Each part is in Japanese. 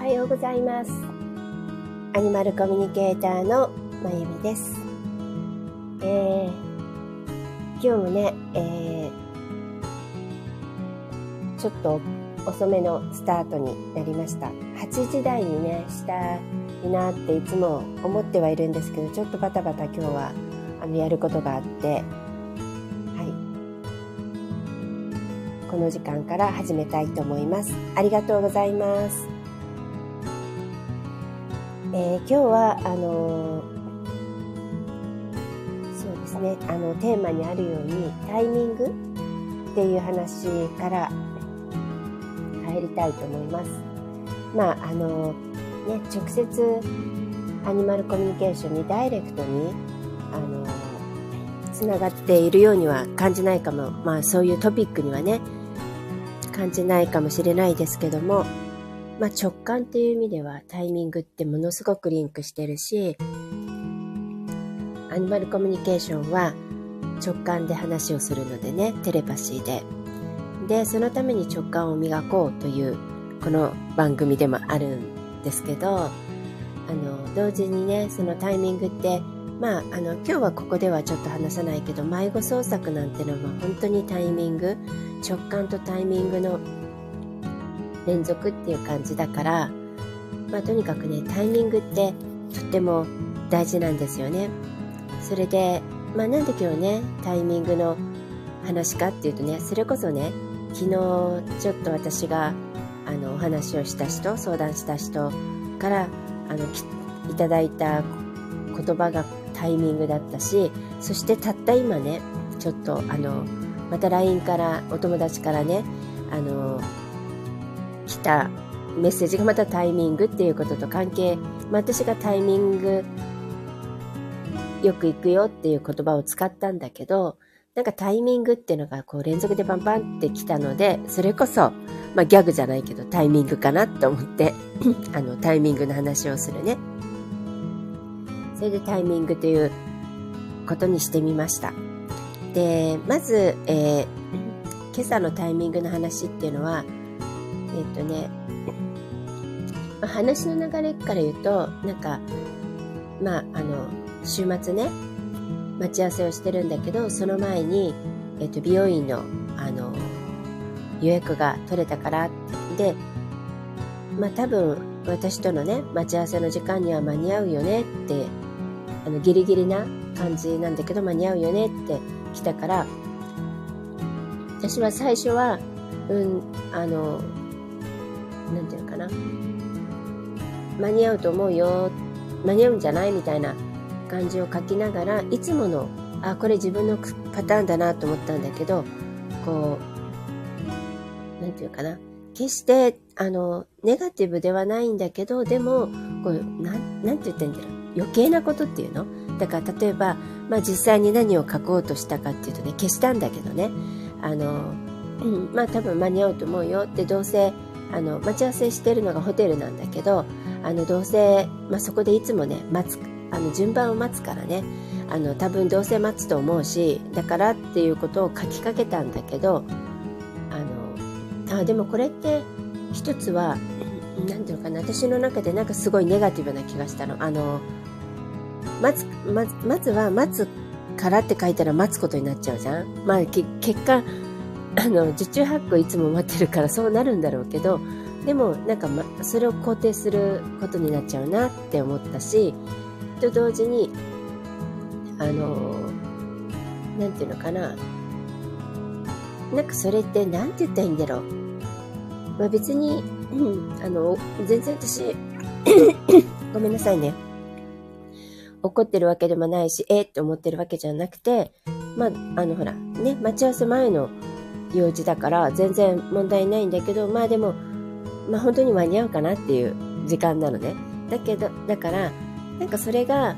はようございます。アニマルコミュニケーターのまゆみです。今日もね、ちょっと遅めのスタートになりました。8時台にねしたいなっていつも思ってはいるんですけど、ちょっとバタバタ今日はやることがあって、この時間から始めたいと思います。ありがとうございます。今日はそうですね、テーマにあるようにタイミングっていう話から入りたいと思います。直接アニマルコミュニケーションにダイレクトにつながっているようには感じないかも、そういうトピックにはね感じないかもしれないですけども、直感っていう意味ではタイミングってものすごくリンクしてるし、アニマルコミュニケーションは直感で話をするのでね、テレパシーでそのために直感を磨こうというこの番組でもあるんですけど、同時にね、そのタイミングって今日はここではちょっと話さないけど、迷子創作なんてのも本当にタイミング、直感とタイミングの連続っていう感じだから、とにかくね、タイミングってとっても大事なんですよね。それでなんで今日ねタイミングの話かっていうとね、それこそね、昨日ちょっと私がお話をした人、相談した人からいただいた言葉がタイミングだったし、そしてたった今ね、ちょっとまた LINE からお友達からね来たメッセージがまたタイミングっていうことと関係、私がタイミングよく行くよっていう言葉を使ったんだけど、なんかタイミングっていうのがこう連続でバンバンってきたので、それこそギャグじゃないけどタイミングかなと思ってタイミングの話をするね。それでタイミングということにしてみました。で、まず、今朝のタイミングの話っていうのは、話の流れから言うと、週末ね、待ち合わせをしてるんだけど、その前に、美容院の、予約が取れたから、で、多分、私とのね、待ち合わせの時間には間に合うよねって、ギリギリな感じなんだけど、間に合うよねって来たから、私は最初は、なんていうのかな、間に合うと思うよ、間に合うんじゃないみたいな感じを書きながら、いつものこれ自分のパターンだなと思ったんだけど、こうなんていうかな、決してネガティブではないんだけど、でもこうなんて言ったらいいんだろう、余計なことっていうのだから、例えば実際に何を書こうとしたかっていうとね、消したんだけどね、多分間に合うと思うよって、どうせ待ち合わせしてるのがホテルなんだけど、どうせ、そこでいつもね順番を待つからね、多分どうせ待つと思うし、だからっていうことを書きかけたんだけど、でもこれって一つはなんていうのかな、私の中でなんかすごいネガティブな気がしたの。まずは待つからって書いたら待つことになっちゃうじゃん。結果受注発行いつも待ってるからそうなるんだろうけど、でもそれを肯定することになっちゃうなって思ったし、と同時になんていうのかな、それってなんて言ったらいいんだろう。別に、全然私ごめんなさいね、怒ってるわけでもないし、って思ってるわけじゃなくて、ほらね、待ち合わせ前の用事だから全然問題ないんだけど、でも本当に間に合うかなっていう時間なのね。だからそれが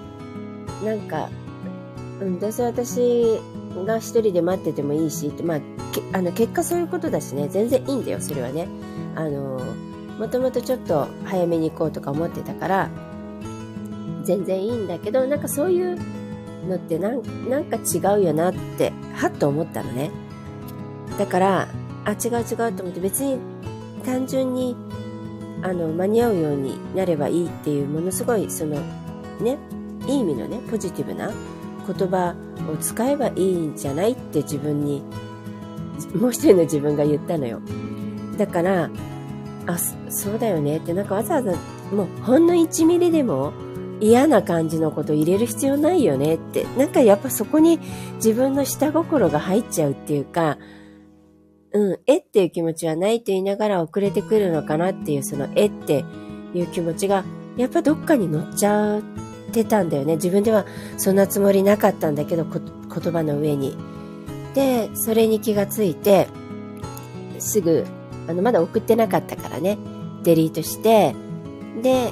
どうせ私が一人で待っててもいいしって、結果そういうことだしね、全然いいんだよ、それはね。もともとちょっと早めに行こうとか思ってたから全然いいんだけど、そういうのってなんか違うよなってはっと思ったのね。だから違うと思って、別に単純に間に合うようになればいいっていう、ものすごいそのね、いい意味のね、ポジティブな言葉を使えばいいんじゃないって自分に、もう一人の自分が言ったのよ。だから、そうだよねって、なんかわざわざもうほんの1ミリでも嫌な感じのこと入れる必要ないよねって、なんかやっぱそこに自分の下心が入っちゃうっていうか、っていう気持ちはないと言いながら遅れてくるのかなっていう、そのっていう気持ちがやっぱどっかに乗っちゃってたんだよね。自分ではそんなつもりなかったんだけど、言葉の上に。で、それに気がついて、すぐ、まだ送ってなかったからね、デリートして、で、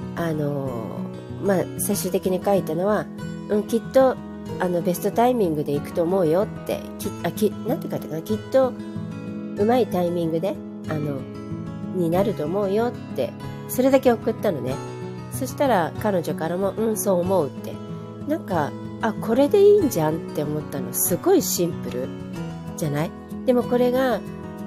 最終的に書いたのは、きっと、ベストタイミングで行くと思うよって、なんて書いたかな、きっと、うまいタイミングで、になると思うよって、それだけ送ったのね。そしたら、彼女からも、そう思うって。なんか、これでいいんじゃんって思ったの。すごいシンプルじゃない？でもこれが、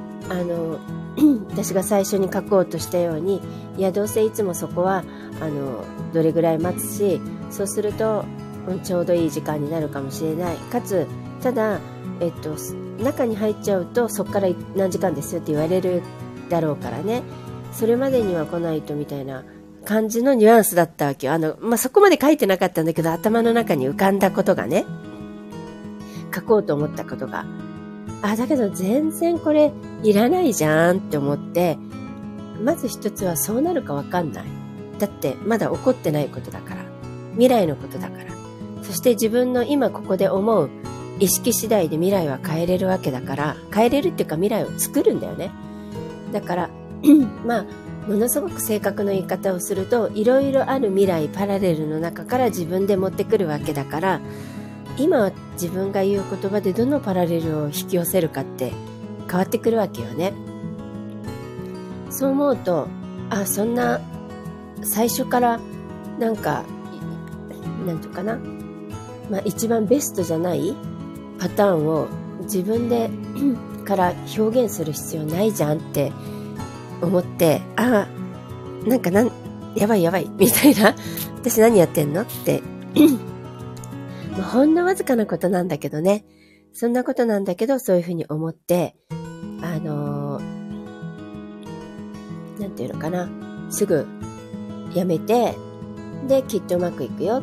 私が最初に書こうとしたように、いや、どうせいつもそこは、どれぐらい待つし、そうすると、ちょうどいい時間になるかもしれない。かつ、ただ、中に入っちゃうと、そこから何時間ですよって言われるだろうからね。それまでには来ないとみたいな感じのニュアンスだったわけよ。そこまで書いてなかったんだけど、頭の中に浮かんだことがね、書こうと思ったことが。だけど全然これいらないじゃんって思って、まず一つはそうなるかわかんない。だってまだ起こってないことだから。未来のことだから。そして自分の今ここで思う意識次第で未来は変えれるわけだから、変えれるっていうか未来を作るんだよね。だから、ものすごく正確な言い方をすると、いろいろある未来パラレルの中から自分で持ってくるわけだから、今自分が言う言葉でどのパラレルを引き寄せるかって変わってくるわけよね。そう思うと、そんな最初からなんか、なんていうかな、一番ベストじゃないパターンを自分でから表現する必要ないじゃんって思って、やばいみたいな、私何やってんのってほんのわずかなことなんだけどね、そんなことなんだけど、そういうふうに思って、なんていうのかな、すぐやめて、で、きっとうまくいくよって。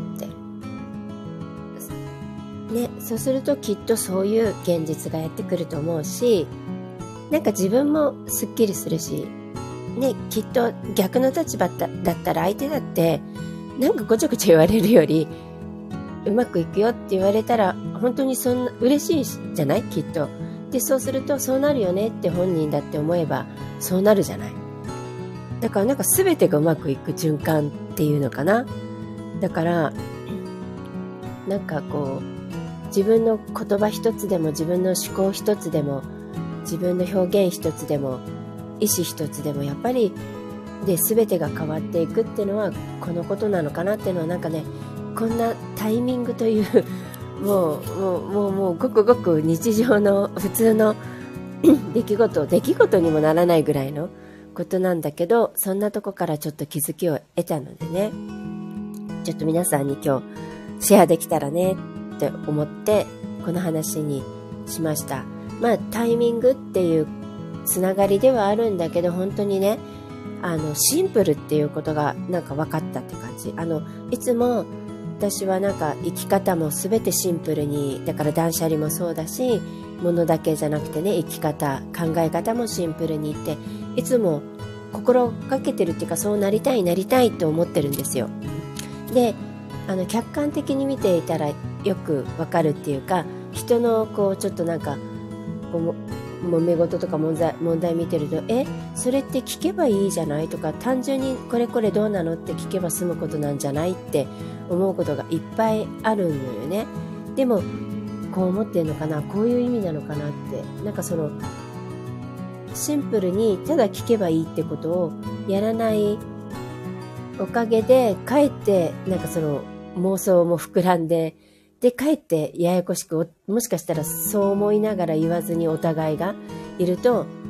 ね、そうするときっとそういう現実がやってくると思うし、なんか自分もすっきりするし、ね、きっと逆の立場だったら相手だって、なんかごちゃごちゃ言われるより、うまくいくよって言われたら、本当にそんな嬉しいじゃない？きっと。で、そうするとそうなるよねって本人だって思えば、そうなるじゃない。だからなんか全てがうまくいく循環っていうのかな。だから、なんかこう、自分の言葉一つでも、自分の思考一つでも、自分の表現一つでも、意思一つでも、やっぱり、全てが変わっていくっていうのは、このことなのかなっていうのは、なんかね、こんなタイミングという、もう、ごくごく日常の普通の出来事にもならないぐらいのことなんだけど、そんなとこからちょっと気づきを得たのでね、ちょっと皆さんに今日シェアできたらねって思ってこの話にしました。タイミングっていうつながりではあるんだけど、本当にね、シンプルっていうことがなんか分かったって感じ。いつも私はなんか生き方もすべてシンプルに、だから断捨離もそうだし、物だけじゃなくてね、生き方、考え方もシンプルにって、いつも心がけてるっていうか、そうなりたいと思ってるんですよ。で、客観的に見ていたらよくわかるっていうか、人のこうちょっとなんかこう揉め事とか問題見てると、それって聞けばいいじゃないとか、単純にこれどうなのって聞けば済むことなんじゃないって思うことがいっぱいあるのよね。でもこう思ってんのかな、こういう意味なのかなって、なんかそのシンプルにただ聞けばいいってことをやらないおかげで、かえってなんかその妄想も膨らんで、でかえってややこしく、もしかしたらそう思いながら言わずにお互いがいると、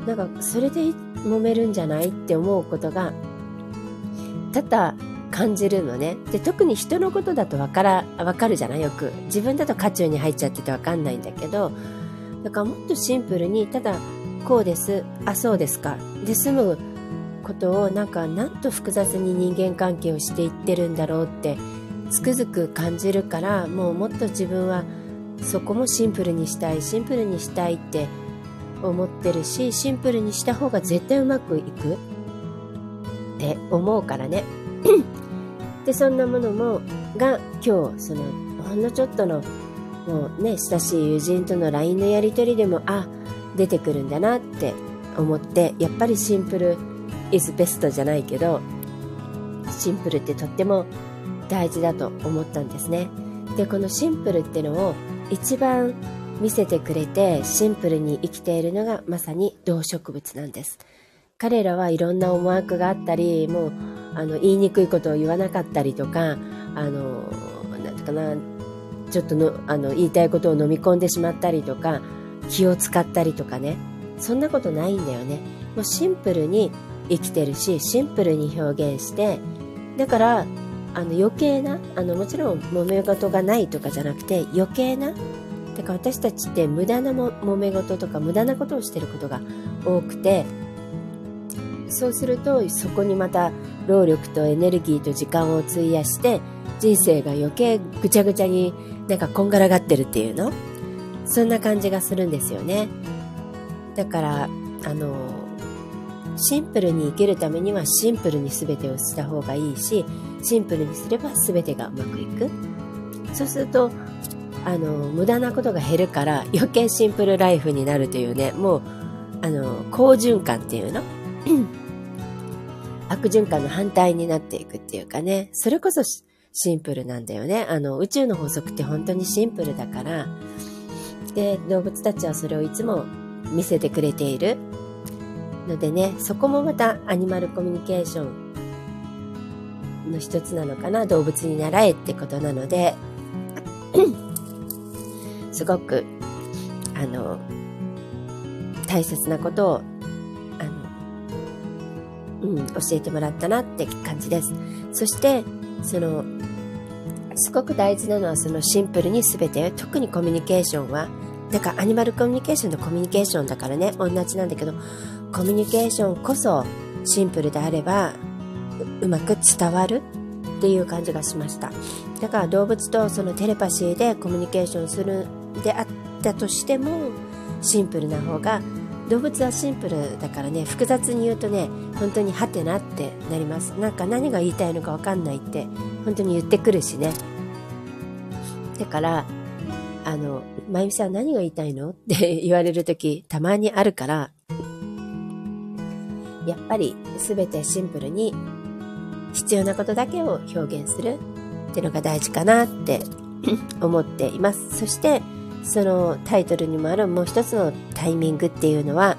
なんかそれで揉めるんじゃないって思うことが多々感じるのね。で、特に人のことだとわかるじゃない、よく。自分だと渦中に入っちゃっててわかんないんだけど、だからもっとシンプルに、ただこうです、あ、そうですかで済むことを、なんと複雑に人間関係をしていってるんだろうってつくづく感じるから、もっと自分はそこもシンプルにしたいって思ってるし、シンプルにした方が絶対うまくいくって思うからね。で、そんなものが今日、ほんのちょっとのもうね、親しい友人との LINE のやり取りでも出てくるんだなって思って、やっぱりシンプル is best じゃないけど、シンプルってとっても大事だと思ったんですね。で、このシンプルってのを一番見せてくれて、シンプルに生きているのがまさに動植物なんです。彼らはいろんな思惑があったり、もう言いにくいことを言わなかったりとか、なんていうかな、ちょっと言いたいことを飲み込んでしまったりとか、気を使ったりとかね、そんなことないんだよね。もうシンプルに生きてるし、シンプルに表現して、だから余計なもちろん揉め事がないとかじゃなくて、余計な、だから私たちって無駄な揉め事とか無駄なことをしてることが多くて、そうするとそこにまた労力とエネルギーと時間を費やして、人生が余計ぐちゃぐちゃにこんがらがってるっていうの、そんな感じがするんですよね。だからシンプルに生きるためにはシンプルに全てをした方がいいし、シンプルにすれば全てがうまくいく。そうすると無駄なことが減るから余計シンプルライフになるというね、もう好循環っていうの悪循環の反対になっていくっていうかね、それこそシンプルなんだよね。宇宙の法則って本当にシンプルだから、で、動物たちはそれをいつも見せてくれているのでね、そこもまたアニマルコミュニケーションの一つなのかな。動物に習えってことなので、すごく大切なことを教えてもらったなって感じです。そしてすごく大事なのはそのシンプルに全て、特にコミュニケーションはアニマルコミュニケーションとコミュニケーションだからね、同じなんだけど、コミュニケーションこそシンプルであればうまく伝わるっていう感じがしました。だから動物とそのテレパシーでコミュニケーションするであったとしても、シンプルな方が、動物はシンプルだからね、複雑に言うとね、本当にハテナってなります。何が言いたいのか分かんないって本当に言ってくるしね。だからまゆみさん何が言いたいのって言われるときたまにあるから、やっぱり全てシンプルに必要なことだけを表現するっていうのが大事かなって思っています。そしてそのタイトルにもあるもう一つのタイミングっていうのは、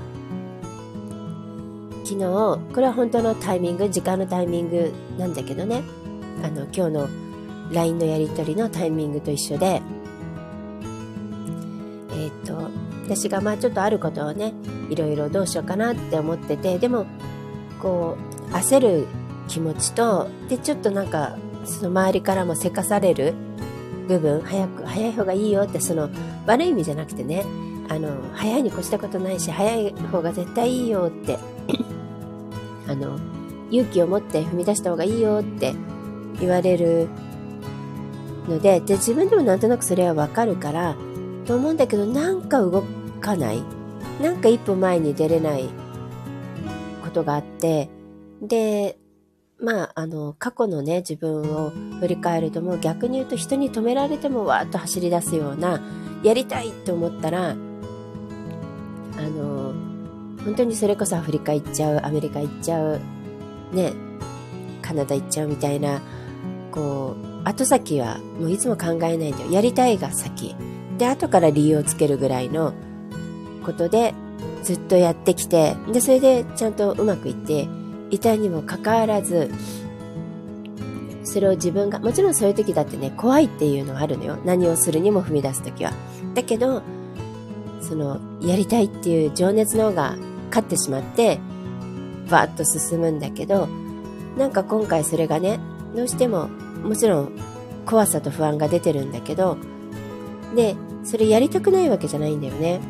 昨日、これは本当のタイミング、時間のタイミングなんだけどね、今日の LINE のやり取りのタイミングと一緒で、私がちょっとあることをね、いろいろどうしようかなって思ってて、でもこう焦る気持ちと、でちょっとその周りからもせかされる部分、早い方がいいよって、悪い意味じゃなくてね、早いに越したことないし、早い方が絶対いいよって勇気を持って踏み出した方がいいよって言われるので、自分でもなんとなくそれはわかるからと思うんだけど、動かない、一歩前に出れないことがあって、で過去のね、自分を振り返ると、もう逆に言うと、人に止められてもわーっと走り出すような、やりたいと思ったら本当にそれこそアフリカ行っちゃう、アメリカ行っちゃうね、カナダ行っちゃうみたいな、後先はもういつも考えないんだよ。やりたいが先で、後から理由をつけるぐらいのことでずっとやってきて、でそれでちゃんとうまくいっていたにもかかわらず、それを自分が、もちろんそういう時だってね、怖いっていうのはあるのよ。何をするにも踏み出す時は。だけどやりたいっていう情熱の方が勝ってしまって、バーッと進むんだけど、なんか今回それがね、どうしても、もちろん怖さと不安が出てるんだけど、で、それやりたくないわけじゃないんだよね。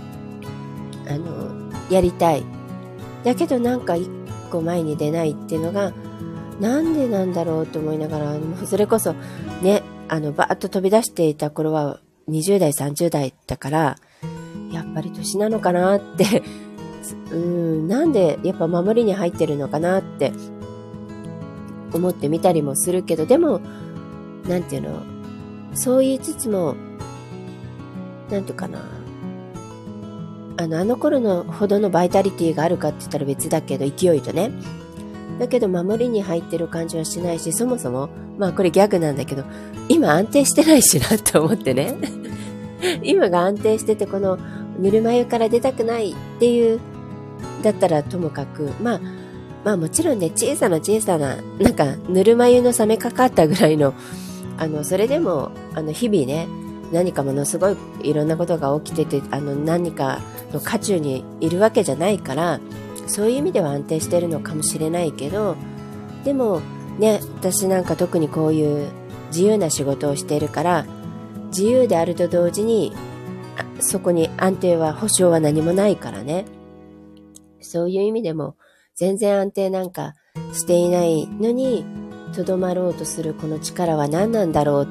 やりたい。だけどなんか一個前に出ないっていうのが、なんでなんだろうと思いながら、それこそね、バーッと飛び出していた頃は20代、30代だから、やっぱり年なのかなってなんでやっぱ守りに入ってるのかなって思ってみたりもするけど、でも、なんていうの、そう言いつつも、なんとかな、あの頃のほどのバイタリティがあるかって言ったら別だけど、勢いとね。だけど守りに入ってる感じはしないし、そもそも、まあこれギャグなんだけど、今安定してないしなって思ってね。今が安定してて、このぬるま湯から出たくないっていう、だったらともかく、まあもちろんね、小さな、なんかぬるま湯の冷めかかったぐらいの、それでも、日々ね、何かものすごいいろんなことが起きてて、何かの渦中にいるわけじゃないから、そういう意味では安定してるのかもしれないけど、でもね、私なんか特にこういう自由な仕事をしているから、自由であると同時に、そこに安定は、保証は何もないからね。そういう意味でも、全然安定なんかしていないのに、とどまろうとするこの力は何なんだろうって、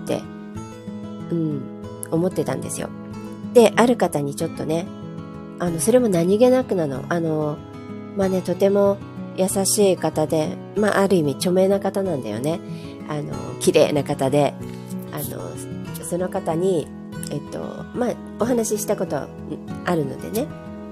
思ってたんですよ。で、ある方にちょっとね、それも何気なくなの。まあね、とても優しい方で、まあ、ある意味著名な方なんだよね。綺麗な方で、その方に、まあ、お話ししたことあるのでね。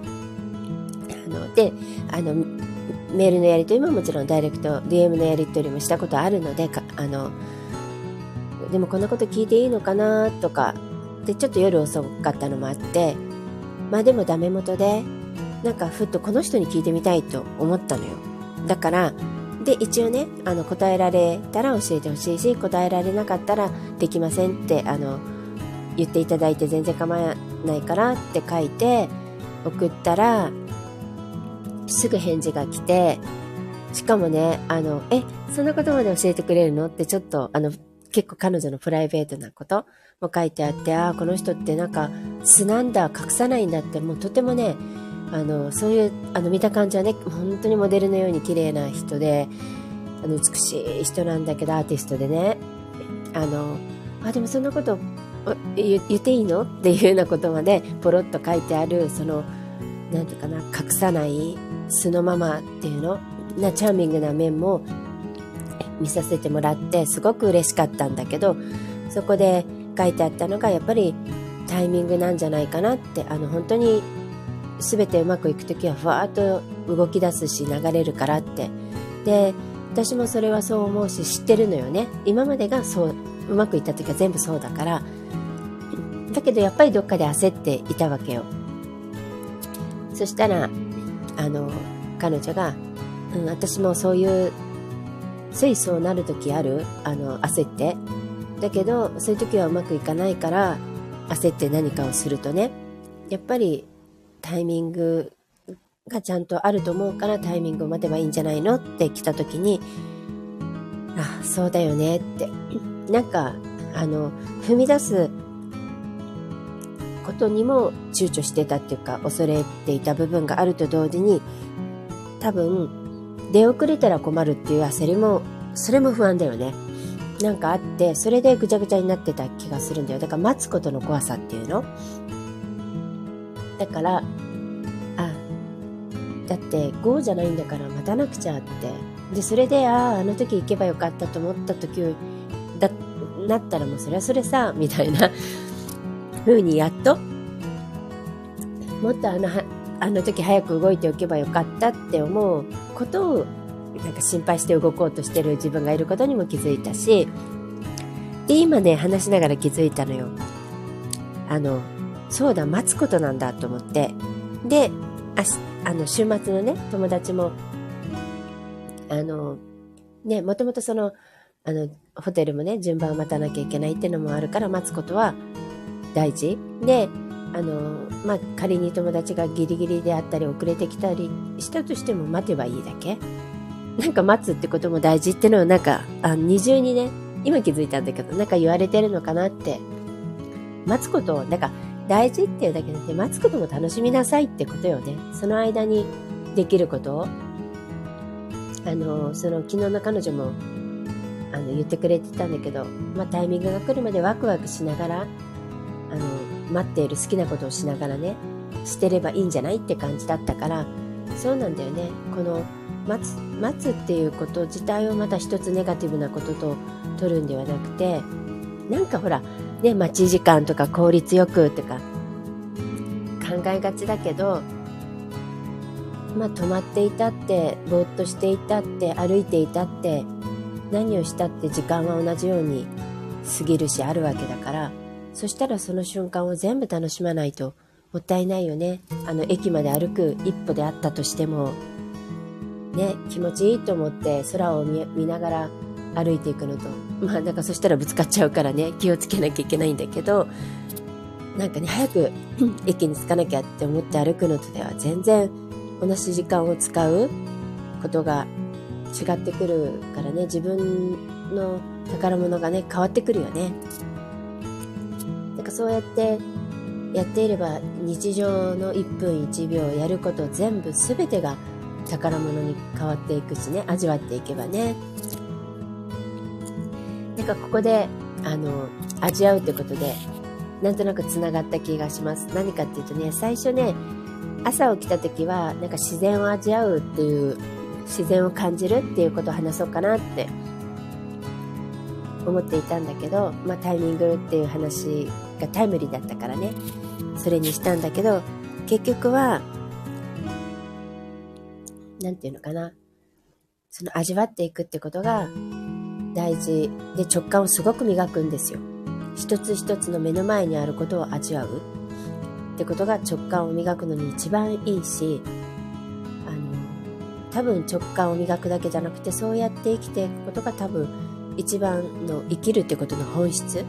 で、メールのやり取りももちろんダイレクト、DM のやり取りもしたことあるので、でもこんなこと聞いていいのかなとか、で、ちょっと夜遅かったのもあって、まあでもダメ元で、なんかふっとこの人に聞いてみたいと思ったのよ。だから、で、一応ね、答えられたら教えてほしいし、答えられなかったらできませんって、言っていただいて全然構わないからって書いて送ったら、すぐ返事が来て、しかもね、そんなことまで教えてくれるのってちょっと、結構彼女のプライベートなことも書いてあって、この人ってなんか素なんだ、隠さないんだって、もうとてもね、そういう、見た感じはね、本当にモデルのように綺麗な人で、美しい人なんだけど、アーティストでね、でもそんなこと言っていいのっていうようなことまでポロッと書いてある、その、なんていうかな、隠さない素のままっていうのな、チャーミングな面も見させてもらって、すごく嬉しかったんだけど、そこで書いてあったのが、やっぱりタイミングなんじゃないかなって、本当に全てうまくいくときはふわーっと動き出すし流れるからって。で、私もそれはそう思うし知ってるのよね。今までがそううまくいったときは全部そうだから。だけどやっぱりどっかで焦っていたわけよ。そしたら彼女が、私もそういうついそうなるときある、焦って。だけどそういうときはうまくいかないから焦って何かをするとね、やっぱりタイミングがちゃんとあると思うからタイミングを待てばいいんじゃないのって来た時に、そうだよねって、なんか踏み出すことにも躊躇してたっていうか、恐れていた部分があると同時に、多分出遅れたら困るっていう焦りも、それも不安だよね。なんかあって、それでぐちゃぐちゃになってた気がするんだよ。だから待つことの怖さっていうの。だからだってGOじゃないんだから待たなくちゃって。で、それであの時行けばよかったと思った時なったらもうそれはそれさみたいな風に、やっともっとあの時早く動いておけばよかったって思うことをなんか心配して動こうとしてる自分がいることにも気づいたし、で今ね話しながら気づいたのよ。そうだ、待つことなんだと思って、で週末のね友達もね、もともとそのホテルもね順番を待たなきゃいけないっていうのもあるから、待つことは大事で、 仮に友達がギリギリであったり遅れてきたりしたとしても待てばいいだけ。なんか待つってことも大事ってのは二重にね、今気づいたんだけど、言われてるのかなって。待つことを、大事っていうだけで待つことも楽しみなさいってことよね。その間にできることを。昨日の彼女も、言ってくれてたんだけど、タイミングが来るまでワクワクしながら、待っている好きなことをしながらね、してればいいんじゃないって感じだったから、そうなんだよね。この、待つっていうこと自体をまた一つネガティブなことと取るんではなくて、ほら、ね、待ち時間とか効率よくとか考えがちだけど、止まっていたって、ぼーっとしていたって、歩いていたって、何をしたって時間は同じように過ぎるしあるわけだから、そしたらその瞬間を全部楽しまないともったいないよね。駅まで歩く一歩であったとしても、ね、気持ちいいと思って空を見ながら歩いていくのと、そしたらぶつかっちゃうからね、気をつけなきゃいけないんだけど、早く駅に着かなきゃって思って歩くのとでは全然同じ時間を使うことが違ってくるからね、自分の宝物がね、変わってくるよね。そうやってやっていれば、日常の1分1秒やること全部全てが宝物に変わっていくしね、味わっていけばね。ここで味わうってことでなんとなくつながった気がします。何かっていうとね、最初ね、朝起きた時は自然を味わうっていう、自然を感じるっていうことを話そうかなって思っていたんだけど、タイミングっていう話がタイムリーだったからね、それにしたんだけど、結局はなんていうのかな、その味わっていくってことが大事で、直感をすごく磨くんですよ。一つ一つの目の前にあることを味わうってことが直感を磨くのに一番いいし、多分直感を磨くだけじゃなくて、そうやって生きていくことが多分一番の生きるってことの本質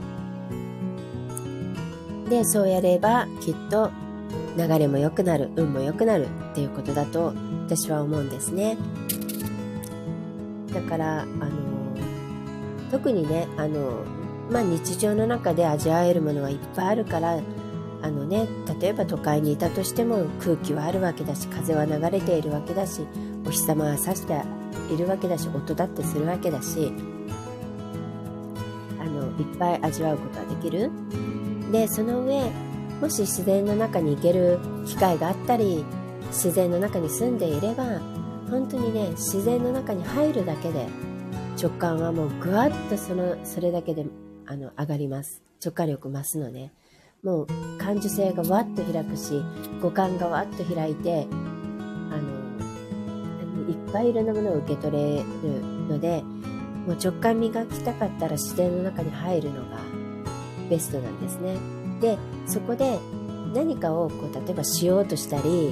で、そうやればきっと流れも良くなる、運も良くなるっていうことだと私は思うんですね。だから特にね、日常の中で味わえるものはいっぱいあるから、例えば都会にいたとしても空気はあるわけだし、風は流れているわけだし、お日様は差しているわけだし、音だってするわけだし、いっぱい味わうことはできる。で、その上、もし自然の中に行ける機会があったり、自然の中に住んでいれば、本当にね、自然の中に入るだけで直感はもうぐわっとそれだけで上がります。直感力増すのね。もう感受性がわっと開くし、五感がわっと開いて、いっぱいいろんなものを受け取れるので、もう直感磨きたかったら自然の中に入るのがベストなんですね。で、そこで何かを例えばしようとしたり、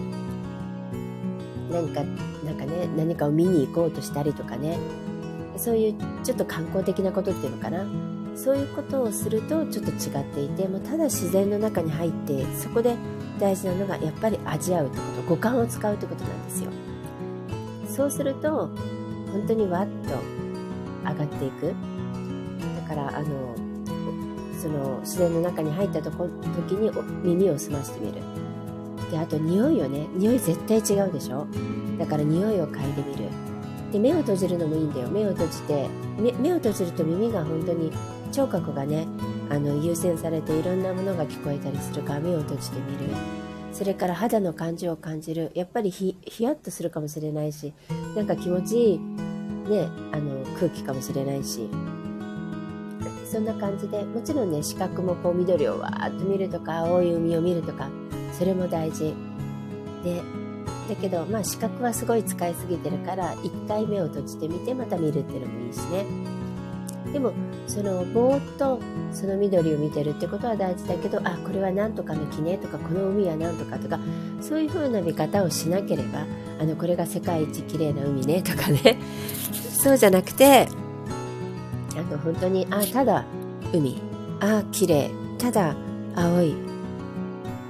何かを見に行こうとしたりとかね、そういうちょっと観光的なことっていうのかな、そういうことをするとちょっと違っていて、もうただ自然の中に入って、そこで大事なのがやっぱり味わうってこと、五感を使うってことなんですよ。そうすると本当にわっと上がっていく。だからその自然の中に入った時に耳を澄ましてみる。で、あと匂いよね。匂い絶対違うでしょ。だから匂いを嗅いでみる。で、目を閉じるのもいいんだよ。目を閉じると耳が本当に聴覚がね、優先されていろんなものが聞こえたりするから目を閉じてみる。それから肌の感じを感じる。やっぱりヒヤッとするかもしれないし、気持ちいいね、空気かもしれないし、そんな感じで、もちろんね、視覚も緑をわーっと見るとか、青い海を見るとか、それも大事で、だけど視覚はすごい使いすぎてるから、一回目を閉じてみてまた見るっていうのもいいしね。でもぼーっとその緑を見てるってことは大事だけど、これはなんとかの木ねとか、この海はなんとかとか、そういう風な見方をしなければ、これが世界一綺麗な海ねとかねそうじゃなくて、本当にただ海、綺麗、ただ青い、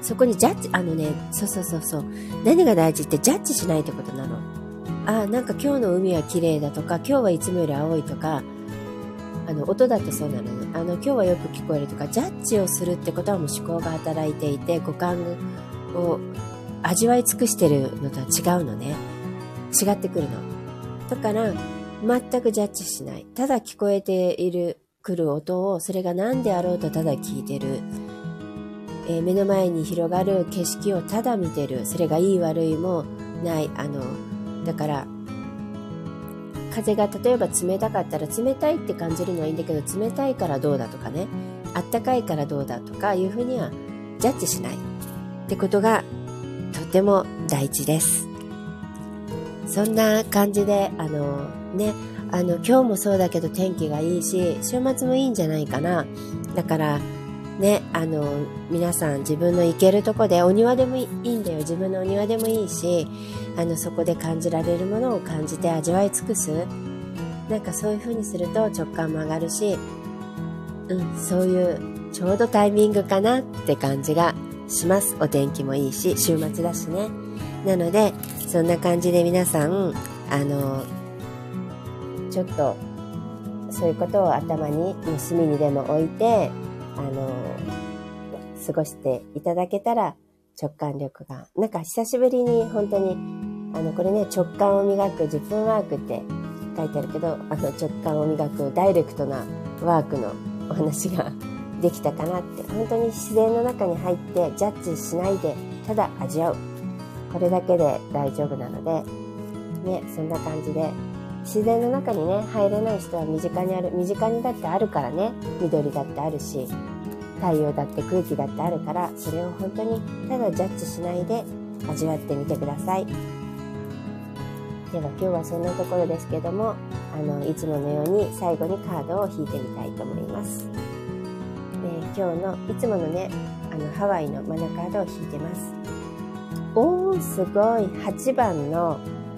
そこにジャッジ、そう。何が大事ってジャッジしないってことなの。なんか今日の海は綺麗だとか、今日はいつもより青いとか、音だってそうなのね。今日はよく聞こえるとか、ジャッジをするってことはもう思考が働いていて、五感を味わい尽くしてるのとは違うのね。違ってくるの。だから、全くジャッジしない。ただ聞こえてくる音を、それが何であろうとただ聞いてる。目の前に広がる景色をただ見てる。それがいい悪いもない。だから、風が例えば冷たかったら冷たいって感じるのはいいんだけど、冷たいからどうだとかね、あったかいからどうだとかいうふうにはジャッジしないってことがとても大事です。そんな感じで、今日もそうだけど天気がいいし、週末もいいんじゃないかな。だからね、皆さん自分の行けるとこで、お庭でもいいんだよ。自分のお庭でもいいし、そこで感じられるものを感じて味わい尽くす。なんかそういう風にすると直感も上がるし、そういうちょうどタイミングかなって感じがします。お天気もいいし、週末だしね。なので、そんな感じで皆さん、ちょっと、そういうことを頭に、隅にでも置いて、過ごしていただけたら直感力が、なんか久しぶりに本当に、これね、直感を磨く10分ワークって書いてあるけど、直感を磨くダイレクトなワークのお話ができたかなって、本当に自然の中に入ってジャッジしないで、ただ味わう。これだけで大丈夫なので、ね、そんな感じで、自然の中にね、入れない人は身近にだってあるからね、緑だってあるし、太陽だって空気だってあるから、それを本当にただジャッジしないで味わってみてください。では今日はそんなところですけども、いつものように最後にカードを引いてみたいと思います。今日のいつものね、ハワイのマナカードを引いてます。おー、すごい。8番の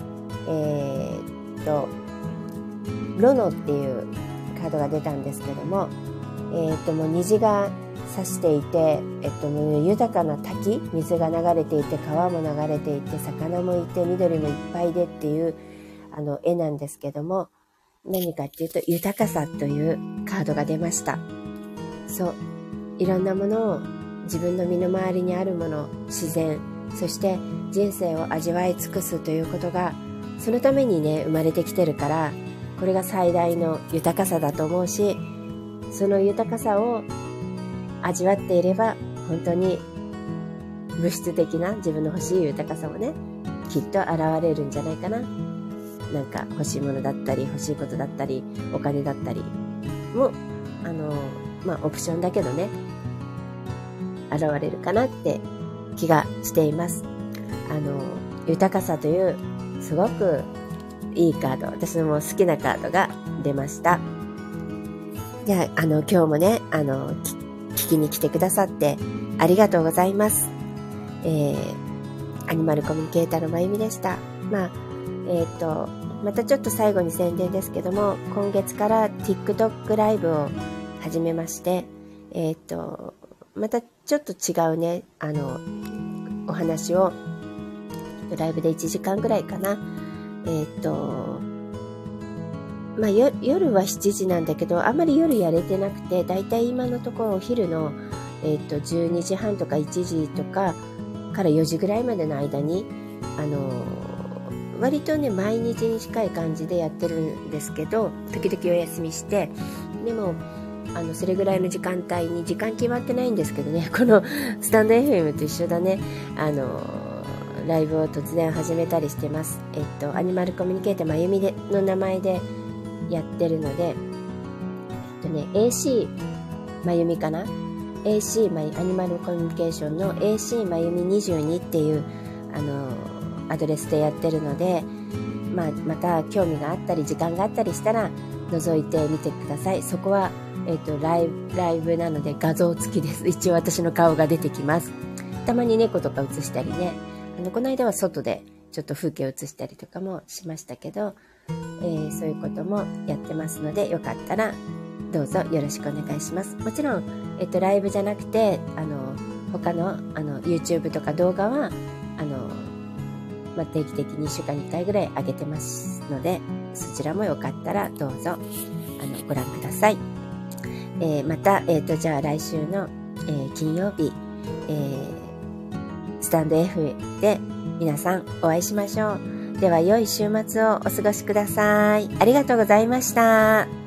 ロノっていうカードが出たんですけども、もう虹が差していて、もう豊かな滝、水が流れていて、川も流れていて、魚もいて、緑もいっぱいでっていう絵なんですけども、何かっていうと豊かさというカードが出ました。そう、いろんなものを、自分の身の回りにあるもの、自然、そして人生を味わい尽くすということが、そのためにね、生まれてきてるから、これが最大の豊かさだと思うし、その豊かさを味わっていれば、本当に物質的な自分の欲しい豊かさもね、きっと現れるんじゃないかな。なんか欲しいものだったり、欲しいことだったり、お金だったりも、オプションだけどね、現れるかなって気がしています。豊かさというすごくいいカード、私のも好きなカードが出ました。じゃあ、今日もね、聞きに来てくださってありがとうございます。アニマルコミュニケーターのまゆみでした。またちょっと最後に宣伝ですけども、今月から TikTok ライブを始めまして、またちょっと違うね、お話を、ライブで1時間ぐらいかな。夜は7時なんだけど、あまり夜やれてなくて、だいたい今のところお昼の、12時半とか1時とかから4時ぐらいまでの間に、割とね、毎日に近い感じでやってるんですけど、時々お休みして、でも、それぐらいの時間帯に、時間決まってないんですけどね、このスタンド FM と一緒だね、ライブを突然始めたりしてます。アニマルコミュニケーターまゆみの名前でやってるので、AC まゆみかな AC アニマルコミュニケーションの AC まゆみ22っていうアドレスでやってるので、また興味があったり時間があったりしたら覗いてみてください。そこは、ライブなので画像付きです。一応私の顔が出てきます。たまに猫とか映したりね、この間は外でちょっと風景を映したりとかもしましたけど、そういうこともやってますので、よかったらどうぞよろしくお願いします。もちろん、ライブじゃなくて、 他のYouTube とか動画は定期的に1週間に1回ぐらい上げてますので、そちらもよかったらどうぞご覧ください。また、じゃあ来週の、金曜日、スタンド F で皆さんお会いしましょう。では良い週末をお過ごしください。ありがとうございました。